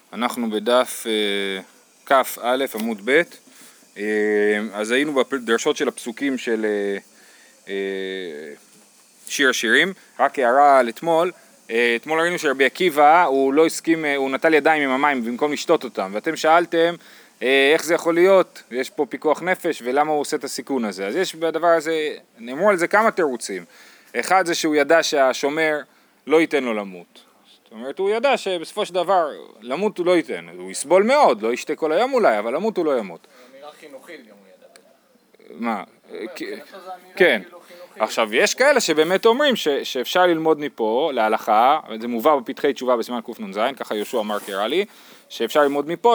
אנחנו בדף כ"א עמוד ב'. אז היינו בדרשות של הפסוקים של שיר השירים. רק הערה על אתמול. אתמול ראינו שרבי עקיבא הוא לא הסכים, הוא נטל ידיים עם המים במקום לשתות אותם, ואתם שאלתם איך זה יכול להיות, יש פה פיקוח נפש ולמה הוא עושה את הסיכון הזה. אז יש בדבר הזה, נאמרו על זה כמה תירוצים. אחד זה שהוא ידע שהשומר לא ייתן לו למות. זאת אומרת, הוא ידע שבסופו של דבר למות הוא לא ייתן, הוא יסבול מאוד, לא ישתה כל היום אולי, אבל למות הוא לא ימות. אמירה חינוכית גם הוא ידע. מה? כן. עכשיו, יש כאלה שבאמת אומרים שאפשר ללמוד מפה להלכה, זה מובא בפתחי תשובה בסימן קנ"ז, ככה יהושע אמר קרא לי, שאפשר ללמוד מפה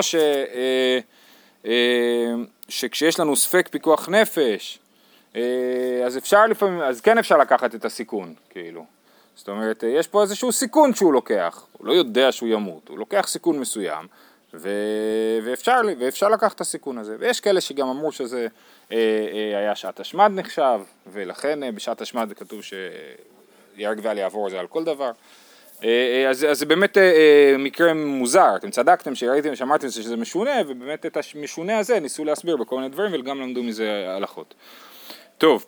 שכשיש לנו ספק פיקוח נפש, אז אפשר לפעמים, אז כן אפשר לקחת את הסיכון, כאילו. זאת אומרת, יש פה איזשהו סיכון שהוא לוקח, הוא לא יודע שהוא ימות, הוא לוקח סיכון מסוים, ואפשר לקחת את הסיכון הזה. ויש כאלה שגם אמרו שזה היה שעת השמד נחשב, ולכן בשעת השמד זה כתוב שיהרג ואל יעבור זה על כל דבר. אז זה באמת מקרה מוזר, אתם צדקתם שראיתם, שאמרתם שזה משונה, ובאמת את המשונה הזה ניסו להסביר בכל מיני דברים, וגם למדו מזה הלכות. טוב,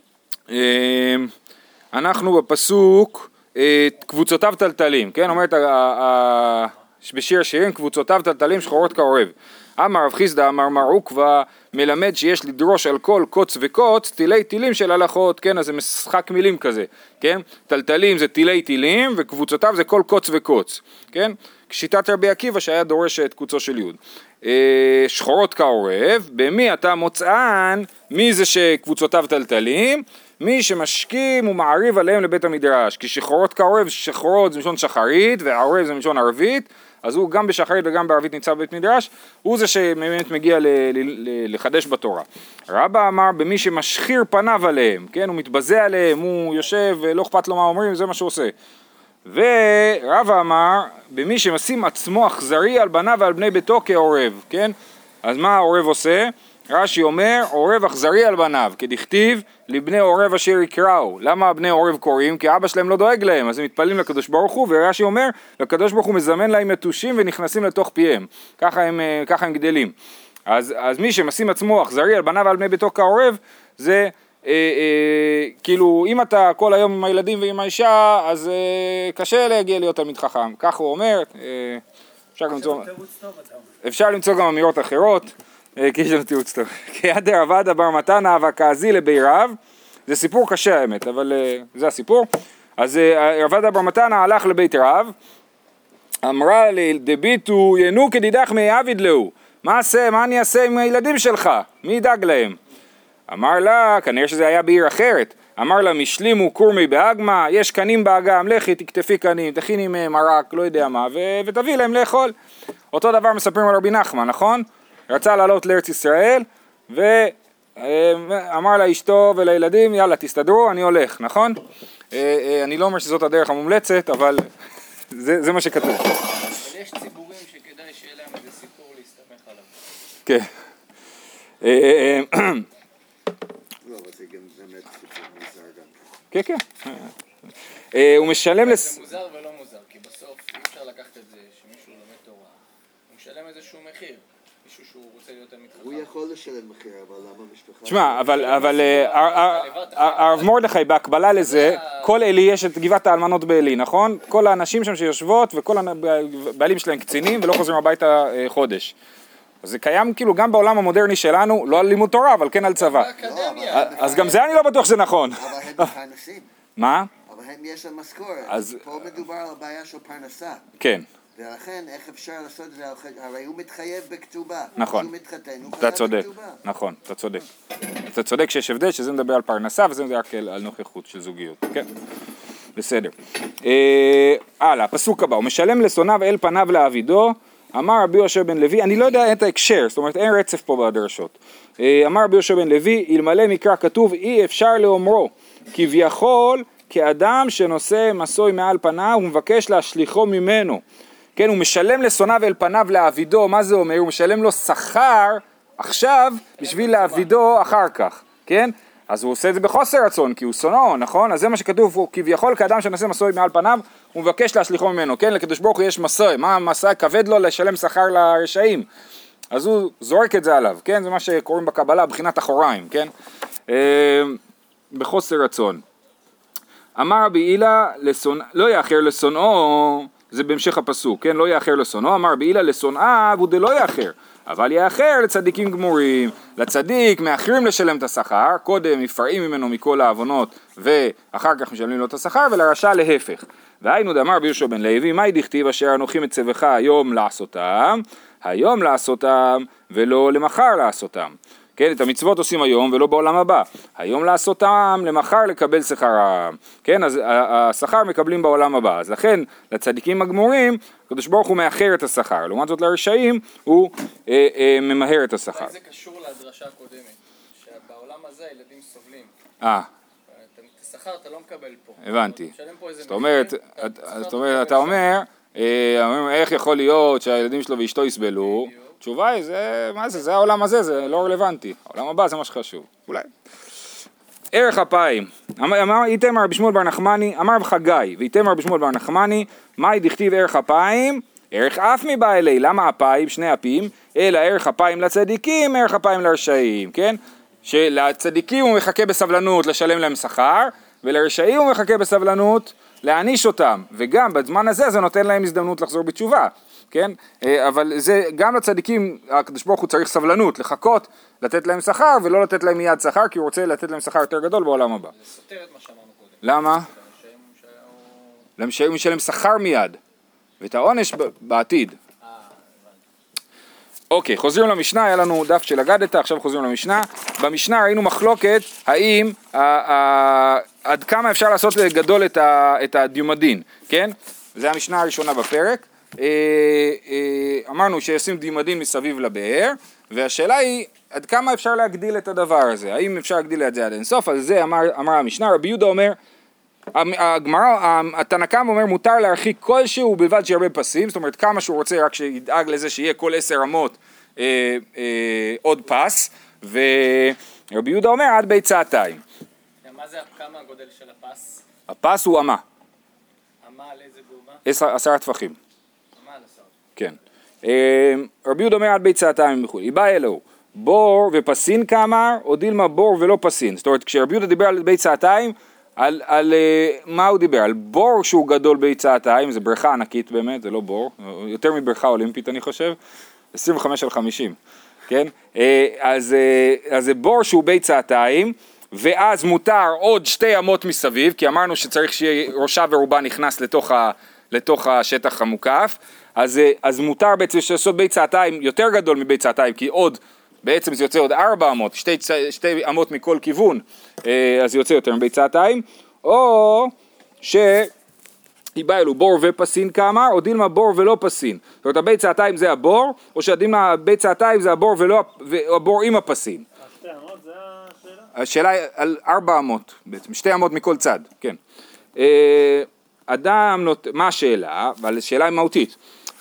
אנחנו בפסוק קבוצותיו טלטלים, כן? אומרת בשיר השירים, קבוצותיו טלטלים שחורות כעורב. אמר רב חיסדא אמר מר עוקבא מלמד שיש לדרוש על כל קוץ וקוץ תילי תילים של הלכות, כן? אז זה משחק מילים כזה, כן? טלטלים זה תילי תילים וקבוצותיו זה כל קוץ וקוץ, כן? כשיטת רבי עקיבא שהיה דורש את קוצו של יוד. שחורות כעורב, במי אתה מוצאן? מי זה שקבוצותיו טלטלים? מי שמשכים ומעריב עליהם לבית המדרש, כי שחורות כעורב, שחורות זה משון שחרית ועורב זה משון ערבית, אז הוא גם בשחרית וגם בערבית נמצא בבית מדרש, הוא זה שבאמת מגיע לחדש בתורה. רבא אמר במי שמשחיר פניו עליהם, כן, הוא מתבזה עליהם, הוא יושב ולא אכפת לו מה אומרים, זה מה שהוא עושה. ורבא אמר במי שמשים עצמו אכזרי על בניו ועל בני ביתו כעורב, כן, אז מה העורב עושה? רש"י אומר, עורב אכזרי על בניו, כדכתיב לבני עורב אשר יקראו. למה בני עורב קוראים? כי אבא שלהם לא דואג להם, אז הם מתפללים לקדוש ברוך הוא, ורש"י אומר, לקדוש ברוך הוא מזמן להם יתושים ונכנסים לתוך פיהם. ככה הם גדלים. אז מי שמשים עצמו אכזרי על בניו ועל בני ביתו כעורב, זה כאילו, אם אתה כל היום עם הילדים ועם האישה, אז קשה להגיע להיות תלמיד חכם. כך הוא אומר, אפשר למצוא גם אמירות אחרות. כי יש לנו תירוץ טוב. כי עד רבד בר מתנה וכעזי לבי רב, זה סיפור קשה האמת, אבל זה הסיפור. אז רבד בר מתנה הלך לבית רב, אמרה לי, דביטו ינו כדידך מעביד לו, מה אני אעשה עם הילדים שלך? מי ידאג להם? אמר לה, כנראה שזה היה בעיר אחרת, אמר לה, משלימו קורמי באגמה, יש קנים באגם, לכי תקטפי קנים, תכיני מהם מרק, לא יודע מה, ותביא להם לאכול. אותו דבר מספרים על רבי נחמן, נכון? רצה לעלות לארץ ישראל, ואמר לאשתו ולילדים, יאללה תסתדרו, אני הולך, נכון? אני לא אומר שזאת הדרך המומלצת, אבל זה מה שכתוב. אבל יש ציבורים שכדאי שיהיה להם איזה סיפור להסתמך עליו. כן. לא, אבל זה גם באמת סיפור מוזר גם. כן, כן. הוא משלם זה מוזר ולא מוזר, כי בסוף אי אפשר לקחת את זה שמישהו לומד תורה. הוא משלם איזשהו מחיר. מישהו שהוא רוצה להיות תלמיד חכם. הוא יכול לשלם מחיר, אבל למה המשפחה... תשמע, אבל הרב מרדכי בהקבלה לזה, כל אלי יש את גבעת האלמנות באלי, נכון? כל האנשים שם שיושבות וכל הבעלים שלהם קצינים ולא חוזרים הביתה חודש. אז זה קיים כאילו גם בעולם המודרני שלנו, לא על לימוד תורה, אבל כן על צבא. אז גם זה אני לא בטוח שזה נכון. אבל הם מפרנסים. מה? אבל הם יש להם משכורת. פה מדובר על בעיה של פרנסה. כן. ולכן איך אפשר לעשות את זה? הרי הוא מתחייב בכתובה. נכון. הוא מתחתן, הוא אתה חייב צודק. בכתובה. נכון, אתה צודק. אתה צודק שיש הבדל שזה מדבר על פרנסה וזה מדבר על נוכחות של זוגיות. כן. בסדר. הלאה, פסוק הבא. הוא משלם לשונאיו אל פניו לעבידו. אמר רבי יהושע בן לוי, אני לא יודע את ההקשר, זאת אומרת אין רצף פה בדרשות. אמר רבי יהושע בן לוי, אלמלא מקרא כתוב אי אפשר לאומרו, כביכול כאדם שנושא מסוי מעל פניו ומבקש להשליחו ממנו. כן, הוא משלם לשונאיו אל פניו לעבידו, מה זה אומר? הוא משלם לו שכר עכשיו בשביל לעבידו אחר כך, כן? אז הוא עושה את זה בחוסר רצון, כי הוא שונאו, נכון? אז זה מה שכתוב, הוא כביכול כאדם שנושא מסוי מעל פניו, הוא מבקש להשליחו ממנו, כן? לקדוש ברוך הוא יש מסוי, מה המסוי? כבד לו לשלם שכר לרשעים. אז הוא זורק את זה עליו, כן? זה מה שקוראים בקבלה, בחינת אחוריים, כן? בחוסר רצון. אמר רבי הילה, לא יאחר לשונאו, זה בהמשך הפסוק, כן? לא יאחר לשונאו, אמר רבי הילה לשונאיו, הוא דלא יאחר. אבל יאחר לצדיקים גמורים, לצדיק מאחרים לשלם את השכר, קודם מפרעים ממנו מכל העוונות ואחר כך משלמים לו את השכר, ולרשע להפך. והיינו דאמר רבי יהושע בן לוי, מהי דכתיב אשר אנוכי מצווך היום לעשותם, היום לעשותם ולא למחר לעשותם. כן, את המצוות עושים היום ולא בעולם הבא. היום לעשותם, למחר לקבל שכרם. כן, אז השכר מקבלים בעולם הבא. אז לכן, לצדיקים הגמורים, הקדוש ברוך הוא מאחר את השכר. לעומת זאת לרשעים, הוא ממהר את השכר. זה קשור לדרשה הקודמת, שבעולם הזה הילדים סובלים. את השכר אתה לא מקבל פה. הבנתי. זאת אומרת, אתה אומר, איך יכול להיות שהילדים שלו ואשתו יסבלו? התשובה היא, מה זה? זה העולם הזה, זה לא רלוונטי. העולם הבא זה מה שחשוב. אולי. ערך אפיים. איתמר רבי שמואל בר נחמני, אמר רב חגי, ואיתמר רבי שמואל בר נחמני, מהי דכתיב ערך אפיים? ערך אף מבא אלי. למה אפיים? שני אפים. אלא ערך אפיים לצדיקים, ערך אפיים לרשעים. כן? שלצדיקים הוא מחכה בסבלנות לשלם להם שכר, ולרשעים הוא מחכה בסבלנות להעניש אותם. וגם בזמן הזה זה נותן להם הזדמנות לחזור בתשובה. כן? אבל זה גם לצדיקים, הקדוש ברוך הוא צריך סבלנות, לחכות, לתת להם שכר ולא לתת להם מיד שכר, כי הוא רוצה לתת להם שכר יותר גדול בעולם הבא. זה סותר את מה שאמרנו קודם. למה? לרשעים הוא משלם שכר מיד, ואת העונש בעתיד. אוקיי, חוזרים למשנה, היה לנו דף של אגדת, עכשיו חוזרים למשנה. במשנה ראינו מחלוקת, האם, עד כמה אפשר לעשות גדול את הדיומדין, כן? זה המשנה הראשונה בפרק. אמרנו שישים דיומדין מסביב לבאר, והשאלה היא עד כמה אפשר להגדיל את הדבר הזה, האם אפשר להגדיל את זה עד אינסוף. על זה אמר המשנה. רבי יהודה אומר, התנא קמא אומר מותר להרחיק כלשהו בלבד שירבה פסים, זאת אומרת כמה שהוא רוצה, רק שידאג לזה שיהיה כל 10 אמות עוד פס, ורבי יהודה אומר עד ביצתיים. מה זה, כמה הגודל של הפס? הפס הוא אמה. אמה על איזה גובה? 10 טפחים. אמה על 10. כן. רבי יהודה אומר עד ביצתיים וכו'. היא באה אלוהו, בור ופסין כאמר, או דילמה בור ולא פסין. זאת אומרת כשרבי יהודה דיבר על ביצתיים, על מה הוא דיבר? על בור שהוא גדול ביצתיים, זה בריכה ענקית באמת, זה לא בור, יותר מבריכה אולימפית אני חושב, 25 על 50, כן? אז זה בור שהוא ביצתיים, ואז מותר עוד 2 אמות מסביב, כי אמרנו שצריך שיהיה ראשה ורובה נכנס לתוך השטח המוקף, אז מותר בעצם לעשות ביצתיים יותר גדול מביצתיים, כי עוד, בעצם זה יוצא עוד 4 אמות, 2 אמות מכל כיוון, אז זה יוצא יותר מביצתיים, או שהיא באה אלו בור ופסין כאמר, או דילמה בור ולא פסין. זאת אומרת, הביצתיים זה הבור, או שהדילמה ביצתיים זה הבור והבור עם הפסין. 2 אמות זה השאלה? השאלה היא על 4 אמות, בעצם 2 אמות מכל צד, כן. מה השאלה? אבל השאלה היא מהותית.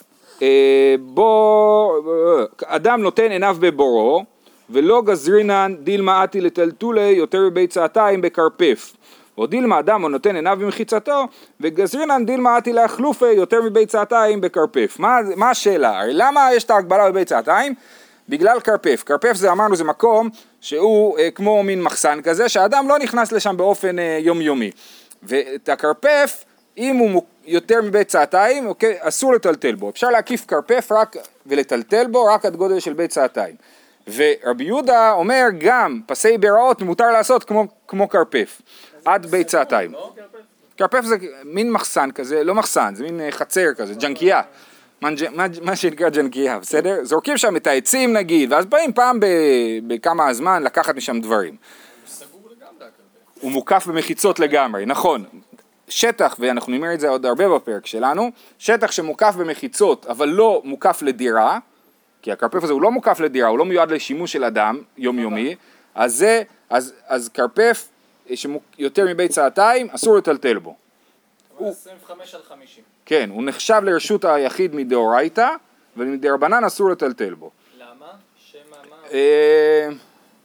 אדם נותן עיניו בבורו, ולא גזרינן דילמה עתי לטלטולי יותר בביצתיים בקרפף. או דילמה אדם נותן עיניו במחיצתו, וגזרינן דילמה עתי להחלופה יותר מביצתיים בקרפף. מה השאלה? הרי למה יש את ההגבלה בביצתיים? בגלל קרפף. קרפף זה אמרנו זה מקום שהוא כמו מין מחסן כזה, שהאדם לא נכנס לשם באופן יומיומי. ואת הקרפף, אם הוא יותר מביצתיים, אוקיי, אסור לטלטל בו. אפשר להקיף קרפף ולטלטל בו רק עד גודל של ביצתיים. ורבי יהודה אומר גם פסי ביראות מותר לעשות כמו קרפף, עד ביצתיים. קרפף זה מין מחסן כזה, לא מחסן, זה מין חצר כזה, ג'נקייה. מה שנקרא ג'נקייה, בסדר? זורקים שם את העצים נגיד, ואז באים פעם בכמה זמן לקחת משם דברים. הוא מוקף במחיצות לגמרי, נכון. שטח, ואנחנו נאמר את זה עוד הרבה בפרק שלנו, שטח שמוקף במחיצות, אבל לא מוקף לדירה, כי הקרפף הזה הוא לא מוקף לדירה, הוא לא מיועד לשימוש של אדם יומיומי, אז קרפף יותר מביצתיים אסור לטלטל בו. 25 על 50. כן, הוא נחשב לרשות היחיד מדאורייתא, ומדרבנן אסור לטלטל בו. למה? שמה מה? מה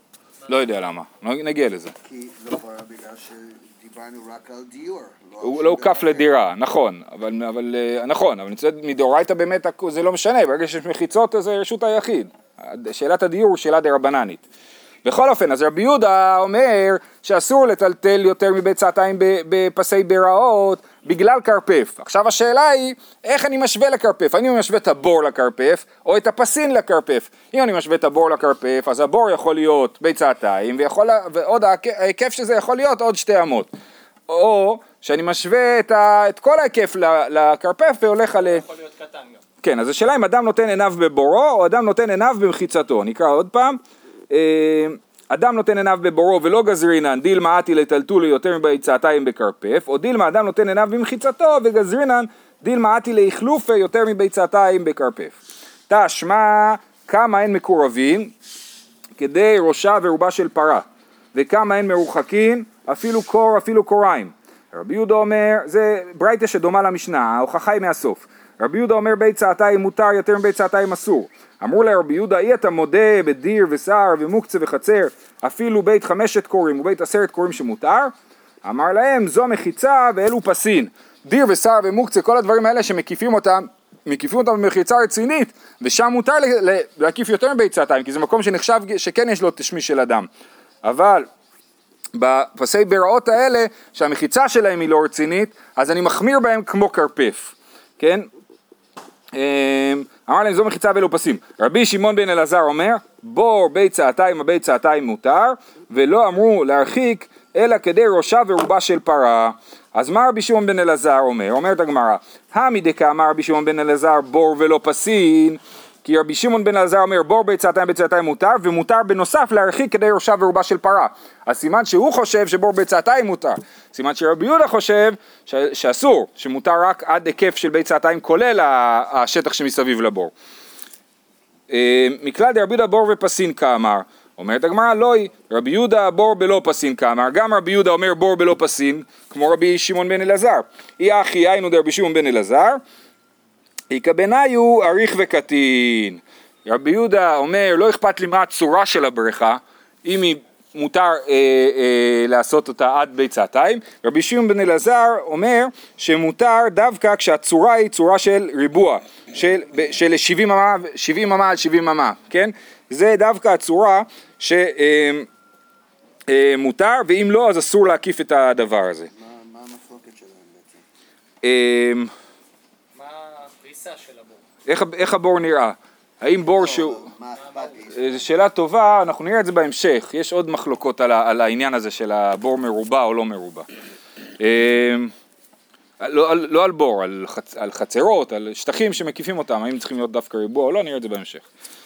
לא יודע למה, נגיע לזה. כי לא פרה בגלל שדיברנו רק על דיור. הוא לא הוקף לדירה, נכון, אבל מדאורייתא באמת זה לא משנה, ברגע שיש מחיצות זה רשות היחיד. שאלת הדיור היא שאלה דרבננית. בכל אופן, אז רבי יהודה אומר שאסור לטלטל יותר מביצתיים בפסי ביראות בגלל קרפף. עכשיו השאלה היא, איך אני משווה לקרפף? האם אני משווה את הבור לקרפף או את הפסין לקרפף? אם אני משווה את הבור לקרפף, אז הבור יכול להיות ביצתיים, ועוד ההיקף שזה יכול להיות עוד 2 אמות. או שאני משווה את כל ההיקף לקרפף והולך על... יכול להיות קטן גם. כן, אז השאלה אם אדם נותן עיניו בבורו או אדם נותן עיניו במחיצתו. נקרא עוד פעם. אדם נותן עיניו בבורו ולא גזרינן דילמה עתי לטלטולו יותר מביצתיים בקרפף, או דילמה אדם נותן עיניו במחיצתו וגזרינן דילמה עתי להחלופה יותר מביצתיים בקרפף. תשמע כמה הן מקורבים כדי ראשה ורובה של פרה, וכמה הן מרוחקים אפילו קור אפילו קוריים. רבי יהודה אומר, זה ברייתא שדומה למשנה, ההוכחה היא מהסוף. רבי יהודה אומר ביצתיים מותר יותר מביצתיים אסור. אמרו לרבי יהודה, אי אתה מודה בדיר ושר ומוקצה וחצר, אפילו בית 5 קורים ובית 10 קורים שמותר? אמר להם, זו מחיצה ואלו פסין. דיר ושר ומוקצה, כל הדברים האלה שמקיפים אותם במחיצה רצינית, ושם מותר להקיף יותר מביצתיים, כי זה מקום שנחשב שכן יש לו תשמיש של אדם. אבל בפסי ביראות האלה, שהמחיצה שלהם היא לא רצינית, אז אני מחמיר בהם כמו קרפף. כן? אמר להם זו מחיצה ואלו פסים. רבי שמעון בן אלעזר אומר, בור ביצתיים הביצתיים מותר, ולא אמרו להרחיק אלא כדי ראשה ורובה של פרה. אז מה רבי שמעון בן אלעזר אומר? אומרת הגמרא, המדקה אמר רבי שמעון בן אלעזר בור ולא פסין, כי רבי שמעון בן אלעזר אומר בור ביצתיים מותר, ומותר בנוסף להרחיק כדי ראשה ורובה של פרה. אז סימן שהוא חושב שבור ביצתיים מותר, סימן שרבי יהודה חושב שאסור, שמותר רק עד היקף של ביצתיים כולל השטח שמסביב לבור. מכלל דרבי יהודה בור ופסין כאמר, אומרת הגמרא לא היא, רבי יהודה בור בלא פסין כאמר, גם רבי יהודה אומר בור בלא פסין, כמו רבי שמעון בן אלעזר. אי אחי היינו דרבי שמעון בן אלעזר, איכא בניו אריך וקטין. רבי יהודה אומר לא אכפת לי מה הצורה של הבריכה, אם היא מותר לעשות אותה עד ביצתיים. רבי שמעון בן אלעזר אומר שמותר דווקא כשהצורה היא צורה של ריבוע, של 70 אמה, 70 אמה על 70 אמה, כן? זה דווקא הצורה שמותר, ואם לא אז אסור להקיף את הדבר הזה. מה המחלוקת שלהם בעצם? מה הפריסה של הבור? איך הבור נראה? האם בור שהוא... מה אכפת לי? זו שאלה טובה, אנחנו נראה את זה בהמשך. יש עוד מחלוקות על העניין הזה של הבור מרובע או לא מרובע. לא על בור, על חצרות, על שטחים שמקיפים אותם, האם צריכים להיות דווקא ריבוע או לא, נראה את זה בהמשך.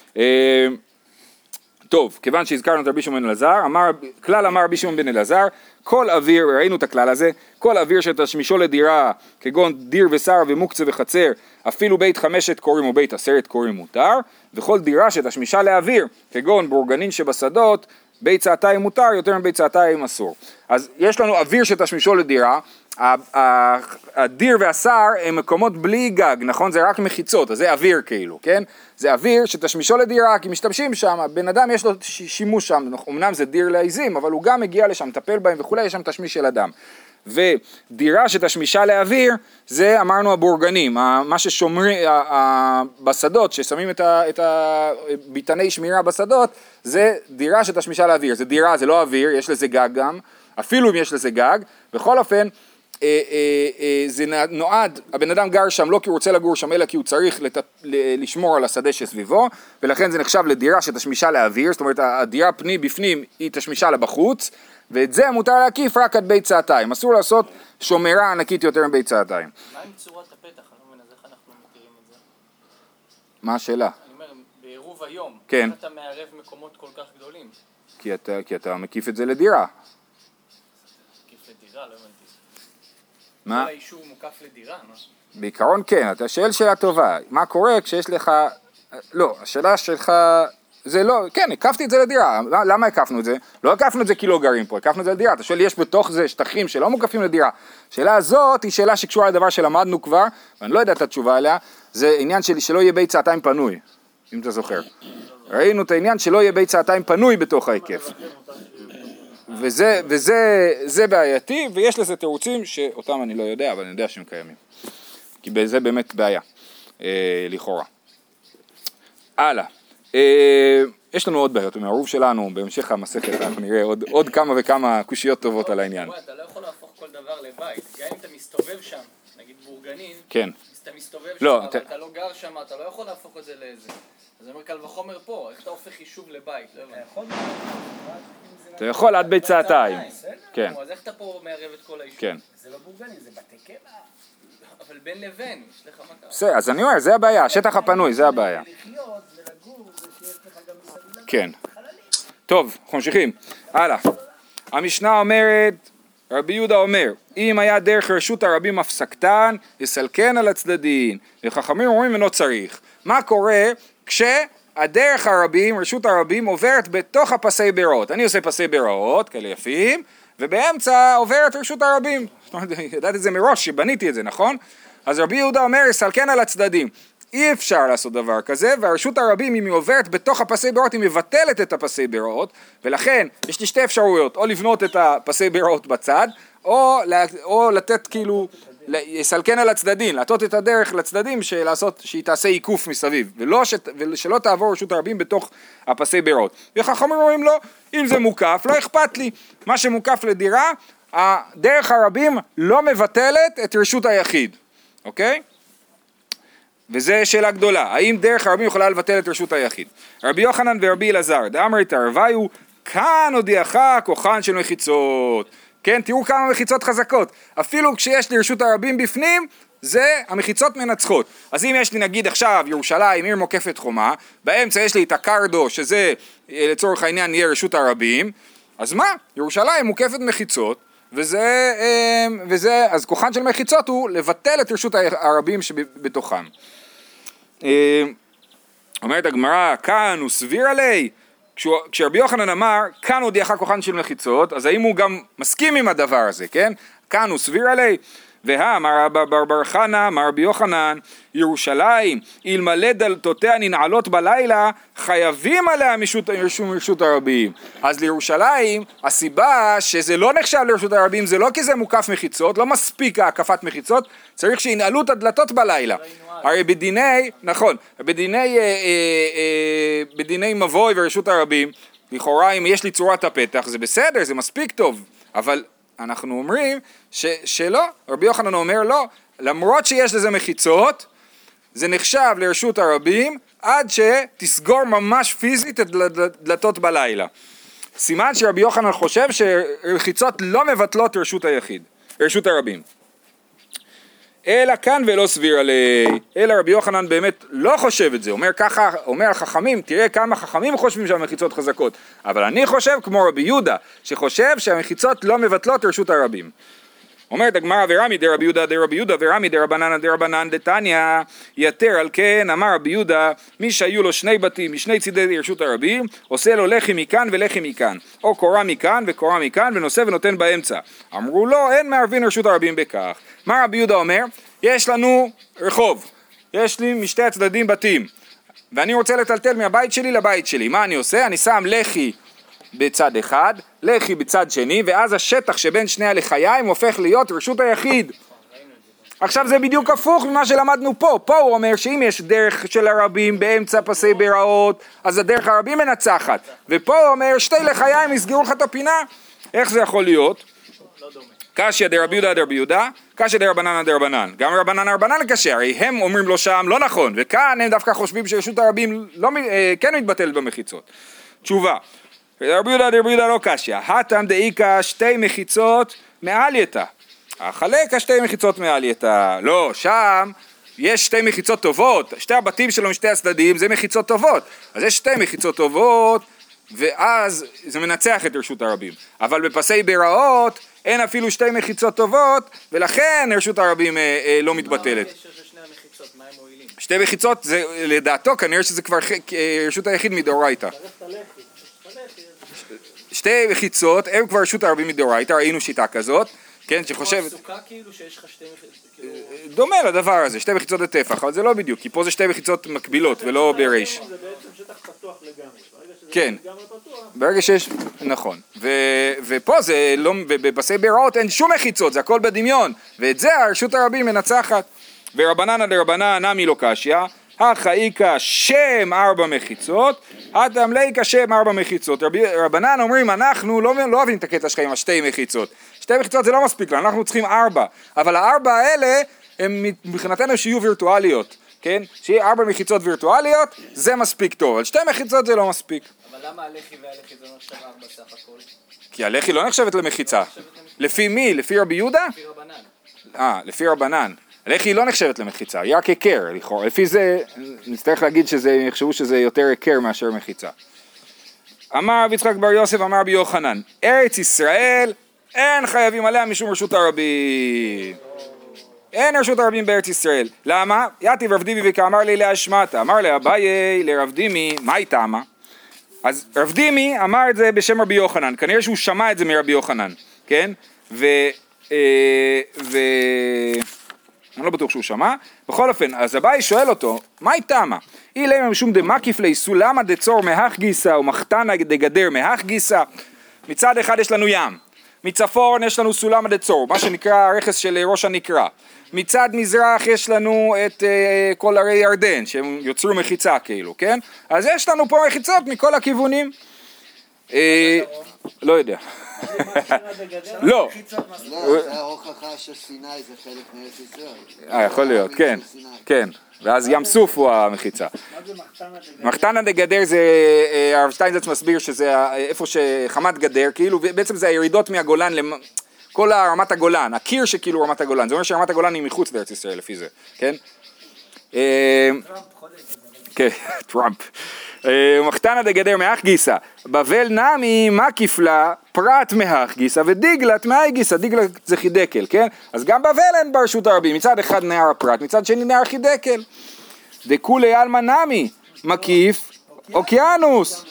טוב, כיוון שהזכרנו את רבי שמעון בן אלעזר, כלל אמר רבי שמעון בן אלעזר, כל אוויר, ראינו את הכלל הזה, כל אוויר שתשמישו לדירה, כגון דיר ושר ומוקצה וחצר, אפילו בית 5 קורים או בית 10 קורים מותר, וכל דירה שתשמישה לאוויר, כגון בורגנין שבשדות, ביצתיים מותר, יותר מביצתיים אסור. אז יש לנו אוויר שתשמישו לדירה, הדיר והשר הם מקומות בלי גג, נכון? זה רק מחיצות, אז זה אוויר כאילו, כן? זה אוויר שתשמישו לדירה, כי משתמשים שם, בן אדם יש לו שימוש שם, אמנם זה דיר לעיזים, אבל הוא גם מגיע לשם, מטפל בהם וכולי, יש שם תשמיש של אדם. ודירה שתשמישה לאוויר, זה אמרנו הבורגנים, מה ששומרים בשדות, ששמים את הביטני שמירה בשדות, זה דירה שתשמישה לאוויר, זה דירה, זה לא אוויר, יש לזה גג גם, אפילו אם יש לזה גג, בכל אופן, זה נועד, הבן אדם גר שם לא כי הוא רוצה לגור שם, אלא כי הוא צריך לשמור על השדה שסביבו, ולכן זה נחשב לדירה שתשמישה לאוויר, זאת אומרת הדירה בפנים היא תשמישה לבחוץ, ואת זה מותר להקיף רק עד ביצתיים, אסור לעשות שומרה ענקית יותר מביצתיים. מה עם צורת הפתח? אני לא מבין, אז איך אנחנו מכירים את זה? מה השאלה? אני אומר, בעירוב היום, כן. איך אתה מערב מקומות כל כך גדולים? כי אתה מקיף את זה לדירה. מקיף לדירה, לא הבנתי. מה? כל האישור מוקף לדירה, מה? בעיקרון כן, אתה שואל שאלה טובה, מה קורה כשיש לך, לא, השאלה שלך, זה לא, כן, הקפתי את זה לדירה, למה הקפנו את זה? לא הקפנו את זה כי לא גרים פה, הקפנו את זה לדירה, אתה שואל, יש בתוך זה שטחים שלא מוקפים לדירה, השאלה הזאת היא שאלה שקשורה לדבר שלמדנו כבר, ואני לא יודע את התשובה עליה, זה עניין שלי שלא יהיה ביצתיים פנוי, אם אתה זוכר. ראינו את העניין שלא יהיה בית שעתיים פנוי בתוך ההיקף. וזה בעייתי, ויש לזה תירוצים שאותם אני לא יודע, אבל אני יודע שהם קיימים. כי בזה באמת בעיה, לכאורה. הלאה. יש לנו עוד בעיות, מהערוב שלנו, בהמשך המסכת, אנחנו נראה עוד כמה וכמה קושיות טובות על העניין. אתה לא יכול להפוך כל דבר לבית, גם אם אתה מסתובב שם, נגיד בורגנין, כן. אתה מסתובב שם, אבל אתה לא גר שם, אתה לא יכול להפוך את זה לאיזה. אז אני אומר קל וחומר פה, איך אתה הופך יישוב לבית? לא הבנתי. אתה יכול עד בית שעתיים. כן. אז איך אתה פה מערב את כל היישוב? כן. זה לא בורגנין, זה בתי קבע. אבל בין לבין, יש לך מה קרה. בסדר, אז אני אומר, זה הבעיה, השטח הפנוי, זה הבעיה. לחיות ולגור, זה שיש לך גם מסביב. כן. טוב, אנחנו ממשיכים. הלאה. המשנה אומרת, רבי יהודה אומר, אם היה דרך רשות הרבים הפסקתן, יסלקן על הצדדין, וחכמים אומרים אינו צריך. מה קורה כשהדרך הרבים, רשות הרבים, עוברת בתוך הפסי בירות? אני עושה פסי בירות, כאלה יפים, ובאמצע עוברת רשות הרבים. ידעתי את זה מראש, שבניתי את זה, נכון? אז רבי יהודה אומר, יסלקן על הצדדים. אי אפשר לעשות דבר כזה, והרשות הרבים, אם היא עוברת בתוך הפסי בירות, היא מבטלת את הפסי בירות, ולכן יש לי שתי אפשרויות, או לבנות את הפסי בירות בצד, או לתת כאילו, יסלקן על הצדדים, לעשות את הדרך לצדדים, שהיא תעשה עיקוף מסביב, ושלא תעבור רשות הרבים בתוך הפסי בירות. וחכמים אומרים לו, אם זה מוקף, לא אכפת לי. מה שמוקף לדירה, הדרך הרבים לא מבטלת את רשות היחיד, אוקיי? וזה שאלה גדולה, האם דרך הרבים יכולה לבטל את רשות היחיד? רבי יוחנן ורבי אלעזר, דאמרי תרוויו, כאן הודיעך כוחן של מחיצות. כן, תראו כמה מחיצות חזקות. אפילו כשיש לי רשות הרבים בפנים, זה המחיצות מנצחות. אז אם יש לי נגיד עכשיו ירושלים, עיר מוקפת חומה, באמצע יש לי את הקרדו, שזה לצורך העניין יהיה רשות הרבים, אז מה? ירושלים מוקפת מחיצות, וזה, אז כוחן של מחיצות הוא לבטל את רשות הרבים שבתוכם. אומרת הגמרא, כאן הוא סביר עלי, כשרבי יוחנן אמר, כאן הודיעך כוחן של מחיצות, אז האם הוא גם מסכים עם הדבר הזה, כן? כאן הוא סביר עלי, אמר בר חנא, אמר רבי יוחנן, ירושלים, אלמלא דלתותיה ננעלות בלילה, חייבים עליה מרשות הרבים. אז לירושלים, הסיבה שזה לא נחשב לרשות הרבים, זה לא כי זה מוקף מחיצות, לא מספיק הקפת מחיצות, צריך שינעלו את הדלתות בלילה. הרי בדיני, נכון, בדיני מבוי ורשות הרבים, לכאורה אם יש לי צורת הפתח, זה בסדר, זה מספיק טוב, אבל אנחנו אומרים שלא, רבי יוחנן אומר לא, למרות שיש לזה מחיצות, זה נחשב לרשות הרבים, עד שתסגור ממש פיזית את דלתות בלילה. סימן שרבי יוחנן חושב שמחיצות לא מבטלות רשות הרבים. אלא כאן ולא סביר עלי, אלא רבי יוחנן באמת לא חושב את זה, אומר ככה, אומר החכמים, תראה כמה חכמים חושבים שהמחיצות חזקות, אבל אני חושב כמו רבי יהודה, שחושב שהמחיצות לא מבטלות רשות הרבים. אומרת הגמרא ורמי דרבי יהודה דרבי יהודה ורמי דרבנן דרבנן דתניא, יתר על כן אמר רבי יהודה, מי שהיו לו שני בתים משני צידי רשות הרבים, עושה לו לחי מכאן ולחי מכאן, או קורה מכאן וקורה מכאן ונושא ונותן באמצע. אמרו לו, אין מערבין רשות הרבים בכך. מה רבי יהודה אומר? יש לנו רחוב, יש לי משתי הצדדים בתים, ואני רוצה לטלטל מהבית שלי לבית שלי. מה אני עושה? אני שם לחי בצד אחד, לחי בצד שני, ואז השטח שבין שני הלחיים הופך להיות רשות היחיד. עכשיו זה בדיוק הפוך ממה שלמדנו פה. פה הוא אומר שאם יש דרך של הרבים באמצע פסי ביראות, אז הדרך הרבים מנצחת. ופה הוא אומר שתי לחיים יסגרו לך את הפינה. איך זה יכול להיות? קשיא דרבי יהודה דרבי יהודה, קשיא דרבנן דרבנן. גם רבנן קשה, הרי הם אומרים לו שם לא נכון, וכאן הם דווקא חושבים שרשות הרבים כן מתבטלת במחיצות. תשובה. רבי יהודה לא קשיא, הטעם דאיקה שתי מחיצות מעל יתה. החלקה שתי מחיצות מעל יתה. לא, שם יש שתי מחיצות טובות, שתי הבתים שלו משתי הצדדים זה מחיצות טובות. אז יש שתי מחיצות טובות, ואז זה מנצח את רשות הרבים. אבל בפסי ביראות אין אפילו שתי מחיצות טובות, ולכן רשות הרבים לא מתבטלת. מה הקשר של שני המחיצות? מה הם מועילים? שתי מחיצות, לדעתו כנראה שזה כבר רשות היחיד מדאורייתא. שתי מחיצות הם כבר רשות הרבים מדאורייתא, ראינו שיטה כזאת, כן, שחושב... סוכה כאילו שיש לך שתי מחיצות, דומה לדבר הזה, שתי מחיצות לטפח, אבל זה לא בדיוק, כי פה זה שתי מחיצות מקבילות ולא בריש. זה בעצם שטח פתוח לגמרי. ברגע שזה כן, לגמרי פתוח. ברגע שיש, נכון, ופה זה לא, ובפסי ביראות אין שום מחיצות, זה הכל בדמיון, ואת זה הרשות הרבים מנצחת. ורבננה דרבנן נמי לא קשיא, החאיקה שם 4 מחיצות, התמליקה שם 4 מחיצות. רבנן אומרים, אנחנו לא אוהבים את הקטע שלך עם 2 מחיצות. 2 מחיצות זה לא מספיק לנו, אנחנו צריכים 4, אבל 4 האלה הם מבחינתנו שיהיו וירטואליות, כן? שיהיה 4 מחיצות וירטואליות, זה מספיק טוב, אבל 2 מחיצות זה לא מספיק. אבל למה הלחי והלחי זה לא נחשב 4 סך הכל? כי הלחי לא נחשבת למחיצה. לפי מי? לפי רבי יהודה? לפי רבנן. לפי רבנן. הלחי לא נחשבת למחיצה, היא רק היכר, לכאורה. לפי זה, נצטרך להגיד יחשבו שזה יותר היכר מאשר מחיצה. אמר רבי יצחק בר יוסף, אמר רבי יוחנן, ארץ ישראל אין חייבים עליה משום רשות הרבים. אין רשות הרבים בארץ ישראל. למה? יתיב רב דיבי וכאמר לי להשמטה. אמר לאביי לרב דימי, מה היא טעמה? אז רב דימי אמר את זה בשם רבי יוחנן, כנראה שהוא שמע את זה מרבי יוחנן, כן? אני לא בטוח שהוא שמע, בכל אופן, אז אביי שואל אותו, מה היא טעמה? אי למה משום דמקיף לי סולמה דצור מהך גיסה ומחתנה דגדר מהך גיסה. מצד אחד יש לנו ים, מצפון יש לנו סולמה דצור, מה שנקרא הרכס של ראש הנקרה. מצד מזרח יש לנו את כל הרי ירדן, שהם יוצרו מחיצה כאילו, כן? אז יש לנו פה מחיצות מכל הכיוונים. לא יודע. לא. לא, זה ההוכחה שסיני זה חלק מארץ ישראל. יכול להיות, כן, כן. ואז ים סוף הוא המחיצה. מה זה מחתנה דגדר? מחתנה דגדר זה, הרב שטיינזלץ מסביר שזה איפה שחמת גדר, כאילו בעצם זה הירידות מהגולן, כל רמת הגולן, הקיר שכאילו רמת הגולן, זה אומר שרמת הגולן היא מחוץ לארץ ישראל לפי זה, כן? כן, טראמפ. מחתנה דגדר מאח גיסה, בבל נמי מקיף לה פרט מאח גיסה ודיגלת מאי גיסה, דיגלת זה חידקל, כן? אז גם בבל אין ברשות הרבים, מצד אחד נהר הפרט, מצד שני נהר חידקל. דכולי עלמא נמי מקיף אוקיינוס.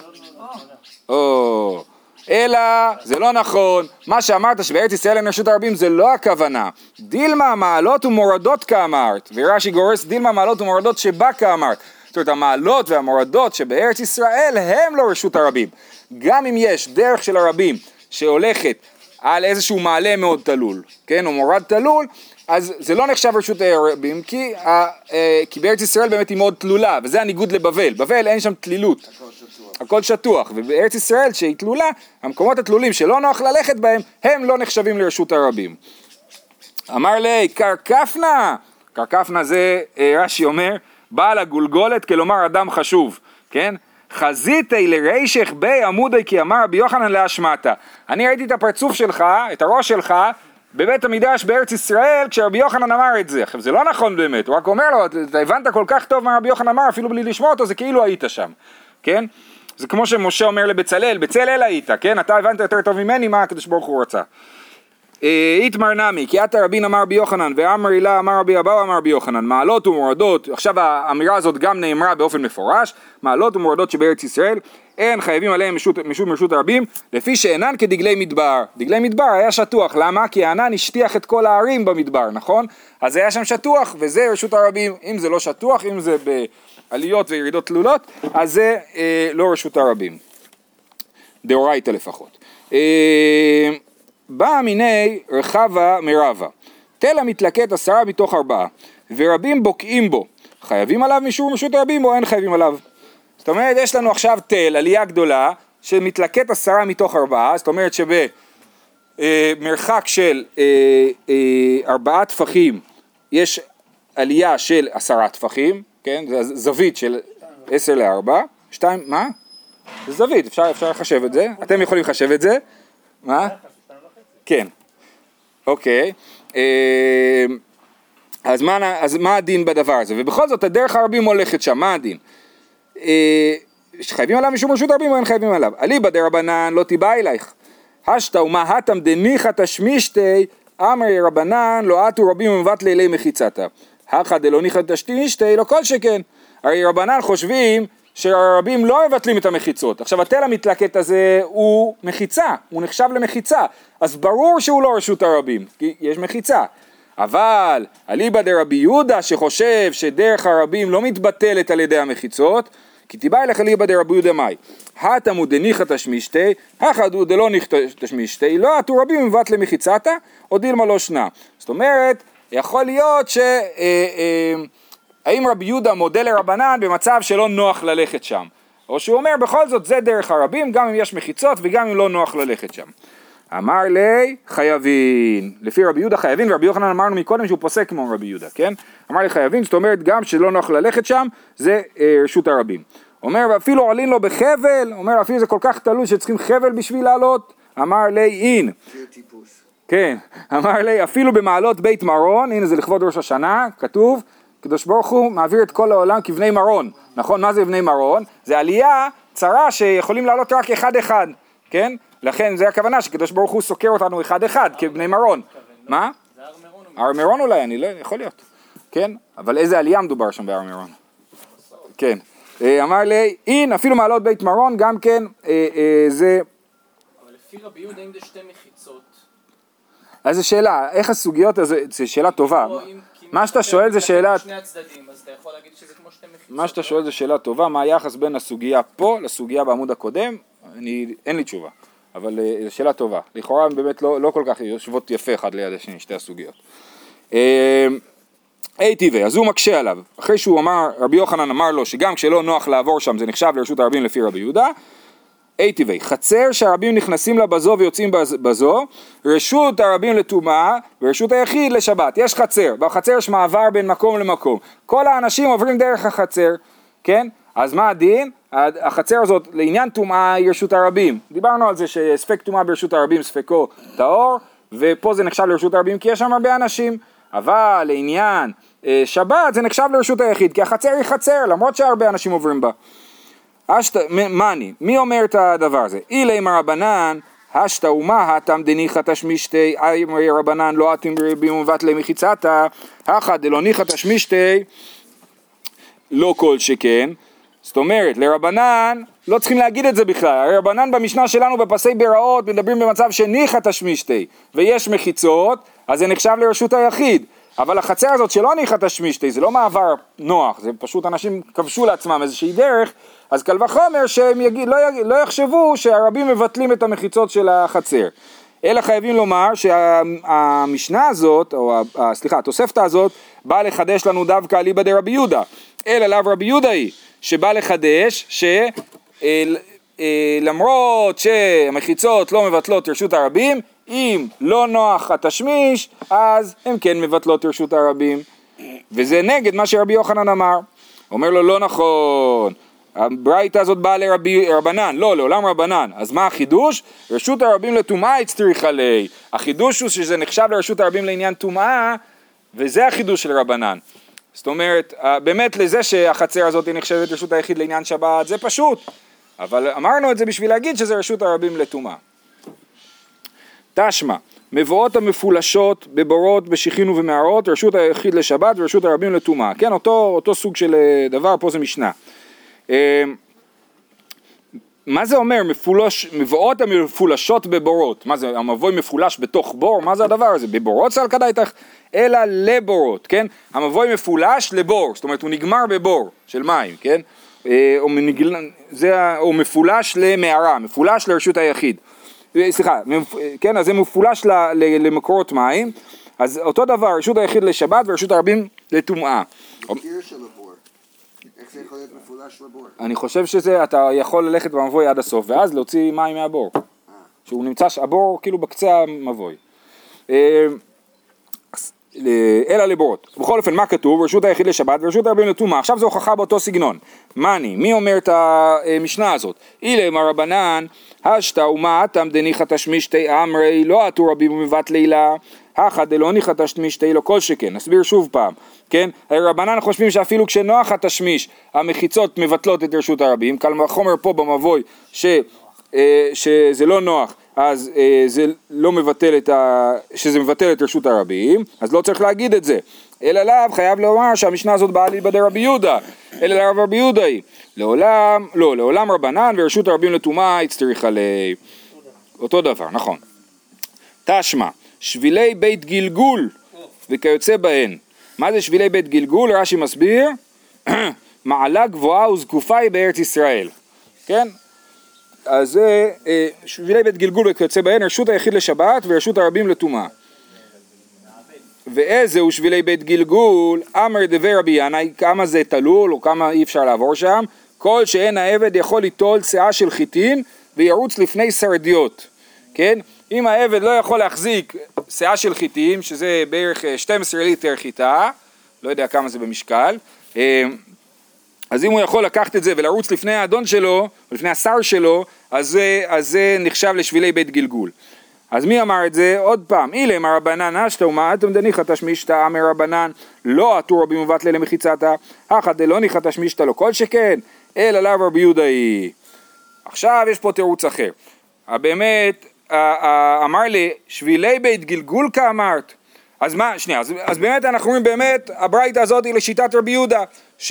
אלא זה לא נכון, מה שאמרת שבארץ ישראל אין רשות הרבים זה לא הכוונה. דילמה מעלות ומורדות כאמרת, ורש"י גורס דילמה מעלות ומורדות שבה כאמרת. זאת אומרת, המעלות והמורדות שבארץ ישראל הם לא רשות הרבים. גם אם יש דרך של הרבים שהולכת על איזשהו מעלה מאוד תלול, כן, או מורד תלול, אז זה לא נחשב רשות הרבים, כי בארץ ישראל באמת היא מאוד תלולה, וזה הניגוד לבבל. בבל אין שם תלילות, הכל שטוח, ובארץ ישראל שהיא תלולה, המקומות התלולים שלא נוח ללכת בהם, הם לא נחשבים לרשות הרבים. אמר לי, קרקפנה, קרקפנה זה רש"י אומר, בעל הגולגולת, כלומר אדם חשוב, כן? חזיתי לרישך בי עמודי כי אמר רבי יוחנן להשמטה. אני ראיתי את הפרצוף שלך, את הראש שלך, בבית המדרש בארץ ישראל, כשרבי יוחנן אמר את זה. עכשיו זה לא נכון באמת, הוא רק אומר לו, אתה הבנת כל כך טוב מה רבי יוחנן אמר, אפילו בלי לשמוע אותו, זה כאילו היית שם, כן? זה כמו שמשה אומר לבצלאל, בצלאל היית, כן? אתה הבנת יותר טוב ממני מה הקדוש ברוך הוא רצה. איתמר נמי, כי עתה רבין אמר רבי יוחנן, ואמר הילה אמר רבי אבאו אמר רבי יוחנן, מעלות ומורדות, עכשיו האמירה הזאת גם נאמרה באופן מפורש, מעלות ומורדות שבארץ ישראל, אין חייבים עליהם משום רשות הרבים, לפי שאינן כדגלי מדבר. דגלי מדבר היה שטוח, למה? כי הענן השטיח את כל הערים במדבר, נכון? אז היה שם שטוח, וזה רשות הרבים, אם זה לא שטוח, אם זה בעליות וירידות תלולות, אז זה לא רשות הרבים. דאורייתא לפחות. בא מיני רחבה מרבה, תל המתלקט 10 מתוך 4, ורבים בוקעים בו, חייבים עליו משום רשות הרבים או אין חייבים עליו? זאת אומרת, יש לנו עכשיו תל, עלייה גדולה, שמתלקט 10 מתוך 4, זאת אומרת שבמרחק של 4 טפחים, יש עלייה של 10 טפחים, כן? זה זווית של 10 ל-4, 2, מה? זה זווית, אפשר לחשב את זה, אתם יכולים לחשב את זה, מה? כן, אוקיי, אז מה הדין בדבר הזה? ובכל זאת הדרך הרבים הולכת שם, מה הדין? חייבים עליו משום רשות הרבים או אין חייבים עליו? אליבא דרבנן לא תיבא אלייך, השתא ומהתם דניחא תשמישתי, אמרי רבנן לא עטו רבים ומבטלי אלי מחיצתה, הכא דלא ניחא תשמישתי לא כל שכן. הרי רבנן חושבים שהרבים לא מבטלים את המחיצות. עכשיו התל המתלקט הזה הוא מחיצה, הוא נחשב למחיצה, אז ברור שהוא לא רשות הרבים, כי יש מחיצה. אבל אליבא דרבי יהודה שחושב שדרך הרבים לא מתבטלת על ידי המחיצות, כי תיבאי לך אליבא דרבי יהודה מאי, התמו דניחא תשמישתי, הכדו דלא ניחא תשמישתי, לא עטו רבים מבט למחיצתה, או דילמה לא שנה. זאת אומרת, יכול להיות האם רבי יהודה מודה לרבנן במצב שלא נוח ללכת שם, או שהוא אומר בכל זאת זה דרך הרבים, גם אם יש מחיצות וגם אם לא נוח ללכת שם. אמר לי חייבין, לפי רבי יהודה חייבין, ורבי יוחנן אמרנו מקודם שהוא פוסק כמו רבי יהודה, כן? אמר לי חייבין, זאת אומרת גם שלא נוח ללכת שם, זה רשות הרבים. אומר ואפילו עולין לו בחבל, אומר אפילו זה כל כך תלוי שצריכים חבל בשביל לעלות, אמר לי אין. זה טיפוס. כן, אמר לי אפילו במעלות בית מרון, הנה זה לכבוד ראש השנה, כתוב, קדוש ברוך הוא מעביר את כל העולם כבני מרון, נכון? מה זה בני מרון? זה עלייה צרה שיכולים לעלות רק אחד אחד, כן? לכן זה הכוונה שקדוש ברוך הוא סוקר אותנו אחד אחד כבני מרון. מה? זה הר מירון. הר מירון אולי, אני לא יכול להיות, כן? אבל איזה עלייה מדובר שם בהר מירון? כן, אמר לי, אין אפילו מעלות בית מרון גם כן זה... אבל לפי רבי יהודה אם זה שתי מחיצות... אז זו שאלה, איך הסוגיות, זו שאלה טובה. מה שאתה שואל זה שאלה... שני הצדדים, אז אתה יכול להגיד שזה כמו שתי מחיצות. מה שאתה שואל זה שאלה טובה, מה היחס בין הסוגיה פה לסוגיה בעמוד הקודם, אין לי תשובה, אבל זו שאלה טובה. לכאורה הן באמת לא כל כך יושבות יפה אחד ליד השני, שתי הסוגיות. טבעי, אז הוא מקשה עליו, אחרי שהוא אמר, רבי יוחנן אמר לו שגם כשלא נוח לעבור שם זה נחשב לרשות הרבים לפי רבי יהודה, טבעי, חצר שהרבים נכנסים לה בזו ויוצאים בזו, רשות הרבים לטומאה ורשות היחיד לשבת. יש חצר, בחצר יש מעבר בין מקום למקום, כל האנשים עוברים דרך החצר, כן? אז מה הדין? החצר הזאת לעניין טומאה היא רשות הרבים, דיברנו על זה שספק טומאה ברשות הרבים ספקו טהור, ופה זה נחשב לרשות הרבים כי יש שם הרבה אנשים, אבל לעניין שבת זה נחשב לרשות היחיד, כי החצר היא חצר למרות שהרבה אנשים עוברים בה. מני, מי אומר את הדבר הזה? אילי מרבנן, השתה ומה התם דניחא תשמישתי, אמרי רבנן לא אתם ברבים ומבט למחיצתה, הכא דלא ניחא תשמישתי, לא כל שכן. זאת אומרת, לרבנן לא צריכים להגיד את זה בכלל, רבנן במשנה שלנו בפסי בראות מדברים במצב שניחא תשמישתי, ויש מחיצות, אז זה נחשב לרשות היחיד. אבל החצר הזאת שלא ניחא תשמישתי, זה לא מעבר נוח, זה פשוט אנשים כבשו לעצמם איזושהי דרך, אז קל וחומר שהם לא יחשבו שהרבים מבטלים את המחיצות של החצר. אלא חייבים לומר שהמשנה הזאת, או סליחה, התוספתא הזאת, באה לחדש לנו דווקא אליבא דרבי יהודה. אלא לאו רבי יהודה היא, שבא לחדש שלמרות שהמחיצות לא מבטלות רשות הרבים, אם לא נוח התשמיש, אז הם כן מבטלות רשות הרבים. וזה נגד מה שרבי יוחנן אמר. אומר לו לא נכון, הברייתא הזאת באה לרבנן, לא, לעולם רבנן. אז מה החידוש? רשות הרבים לטומאה הצטריך עלי. החידוש הוא שזה נחשב לרשות הרבים לעניין טומאה, וזה החידוש של רבנן. זאת אומרת, באמת לזה שהחצר הזאת נחשבת רשות היחיד לעניין שבת, זה פשוט. אבל אמרנו את זה בשביל להגיד שזה רשות הרבים לטומאה. תשמע, מבואות המפולשות בבורות, בשיחין ובמערות, רשות היחיד לשבת ורשות הרבים לטומאה. כן, אותו סוג של דבר, פה זה משנה. מה זה אומר מבואות המפולשות בבורות? מה זה, המבוי מפולש בתוך בור? מה זה הדבר הזה? בבורות סל כדאיתך? אלא לבורות, כן? המבוי מפולש לבור, זאת אומרת הוא נגמר בבור של מים, כן? או מפולש למערה, מפולש לרשות היחיד. סליחה, כן, אז זה מפולש למקורות מים, אז אותו דבר, רשות היחיד לשבת ורשות הרבים לטומאה. קיר של הבור, איך זה יכול להיות מפולש לבור? אני חושב שזה, אתה יכול ללכת במבוי עד הסוף, ואז להוציא מים מהבור, שהוא נמצא, הבור כאילו בקצה המבוי. אלא לבורות. בכל אופן, מה כתוב? רשות היחיד לשבת ורשות הרבים לטומאה. עכשיו זו הוכחה באותו סגנון. מני, מי אומר את המשנה הזאת? אילי מרבנן, השתה ומה התם דניחא תשמישתי אמרי, לא עטו רבים ומבט לילה, הכא דלא ניחא תשמישתי לא כל שכן. נסביר שוב פעם, כן? רבנן חושבים שאפילו כשנוח התשמיש, המחיצות מבטלות את רשות הרבים, קל וחומר פה במבוי שזה לא נוח, אז זה לא מבטל שזה מבטל את רשות הרבים, אז לא צריך להגיד את זה. אלא לאו חייב לומר שהמשנה הזאת באה אליבא דרבי יהודה, אלא לאו רבי יהודה היא. לעולם רבנן ורשות הרבים לטומאה הצטריך עלי. אותו דבר, נכון. תשמע, שבילי בית גלגול, וכיוצא בהן. מה זה שבילי בית גלגול? רש"י מסביר, מעלה גבוהה וזקופה היא בארץ ישראל, כן? אז זה שבילי בית גלגול וכיוצא בהן, רשות היחיד לשבת ורשות הרבים לטומאה. ואיזה הוא שבילי בית גלגול? אמר דבי רבי ינאי, כמה זה תלול או כמה אי אפשר לעבור שם? כל שאין העבד יכול ליטול צאה של חיטין וירוץ לפני סרדיות, כן? אם העבד לא יכול להחזיק צאה של חיטים, שזה בערך 12 ליטר חיטה, לא יודע כמה זה במשקל, אז אם הוא יכול לקחת את זה ולרוץ לפני האדון שלו, לפני השר שלו, אז זה נחשב לשבילי בית גלגול. אז מי אמר את זה? עוד פעם, אילם הרבנן אשתא ומאתם דניחא תשמישתא אמר רבנן לא עטו רבי מבטלה למחיצתא, הכא דלא ניחא תשמישתא לא כל שכן, אלא לאו רבי יהודה היא. עכשיו יש פה תירוץ אחר. באמת, אמר לי, שבילי בית גלגול כאמרת, אז מה, שנייה, אז באמת אנחנו רואים באמת, הברייתא הזאת היא לשיטת רבי יהודה,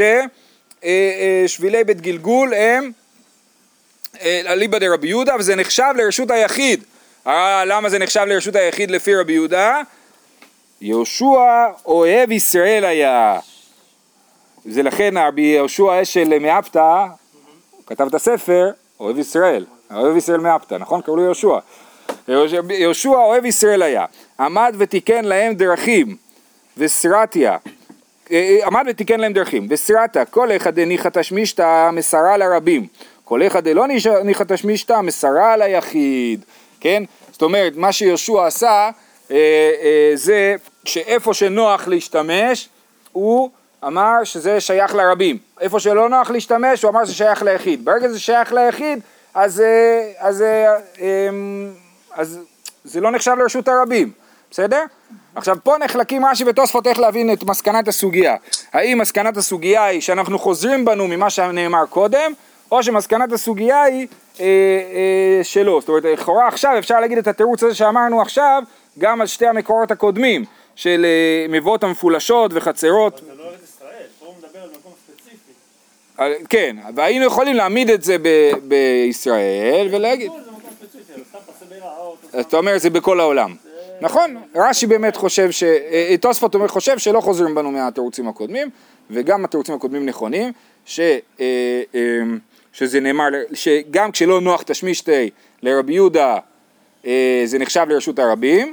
ששבילי בית גלגול הם אליבא דרבי יהודה, וזה נחשב לרשות היחיד. למה זה נחשב לרשות היחיד לפי רבי יהודה? יהושע אוהב ישראל היה. זה לכן רבי יהושע אשל מאפתא, כתב את הספר, אוהב ישראל. אוהב ישראל מאפתא, נכון? קראו לו יהושע. יהושע אוהב ישראל היה. עמד ותיקן להם דרכים, וסרטיה. עמד ותיקן להם דרכים, וסרטה, כל אחד דניחא תשמישתא מסרה לרבים. כל אחד דלא ניחא תשמישתא מסרה ליחיד. כן? זאת אומרת, מה שיהושע עשה, זה שאיפה שנוח להשתמש, הוא אמר שזה שייך לרבים. איפה שלא נוח להשתמש, הוא אמר שזה שייך ליחיד. ברגע זה שייך ליחיד, אז זה לא נחשב לרשות הרבים. בסדר? עכשיו פה נחלקים רש"י ותוספות איך להבין את מסקנת הסוגיה. האם מסקנת הסוגיה היא שאנחנו חוזרים בנו ממה שנאמר קודם, או שמסקנת הסוגיה היא שלא. זאת אומרת, לכאורה עכשיו אפשר להגיד את התירוץ הזה שאמרנו עכשיו, גם על שתי המקורות הקודמים, של מבואות המפולשות וחצרות. זה לא ארץ ישראל, פה הוא מדבר על מקום ספציפי. כן, והיינו יכולים להעמיד את זה בישראל ולהגיד. זה מקום ספציפי, אבל סתם תעשה ביראות. אתה אומר זה בכל העולם. נכון, רש"י באמת חושב, תוספות חושב שלא חוזרים בנו מהתירוצים הקודמים, וגם התירוצים הקודמים נכונים, שזה נאמר, שגם כשלא נוח תשמישתי לרבי יהודה, זה נחשב לרשות הרבים,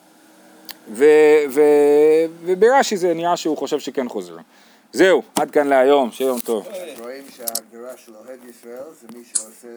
וברש"י זה נראה שהוא חושב שכן חוזר. זהו, עד כאן להיום, שיום טוב. רואים שההגדרה של אוהב ישראל זה מי שעושה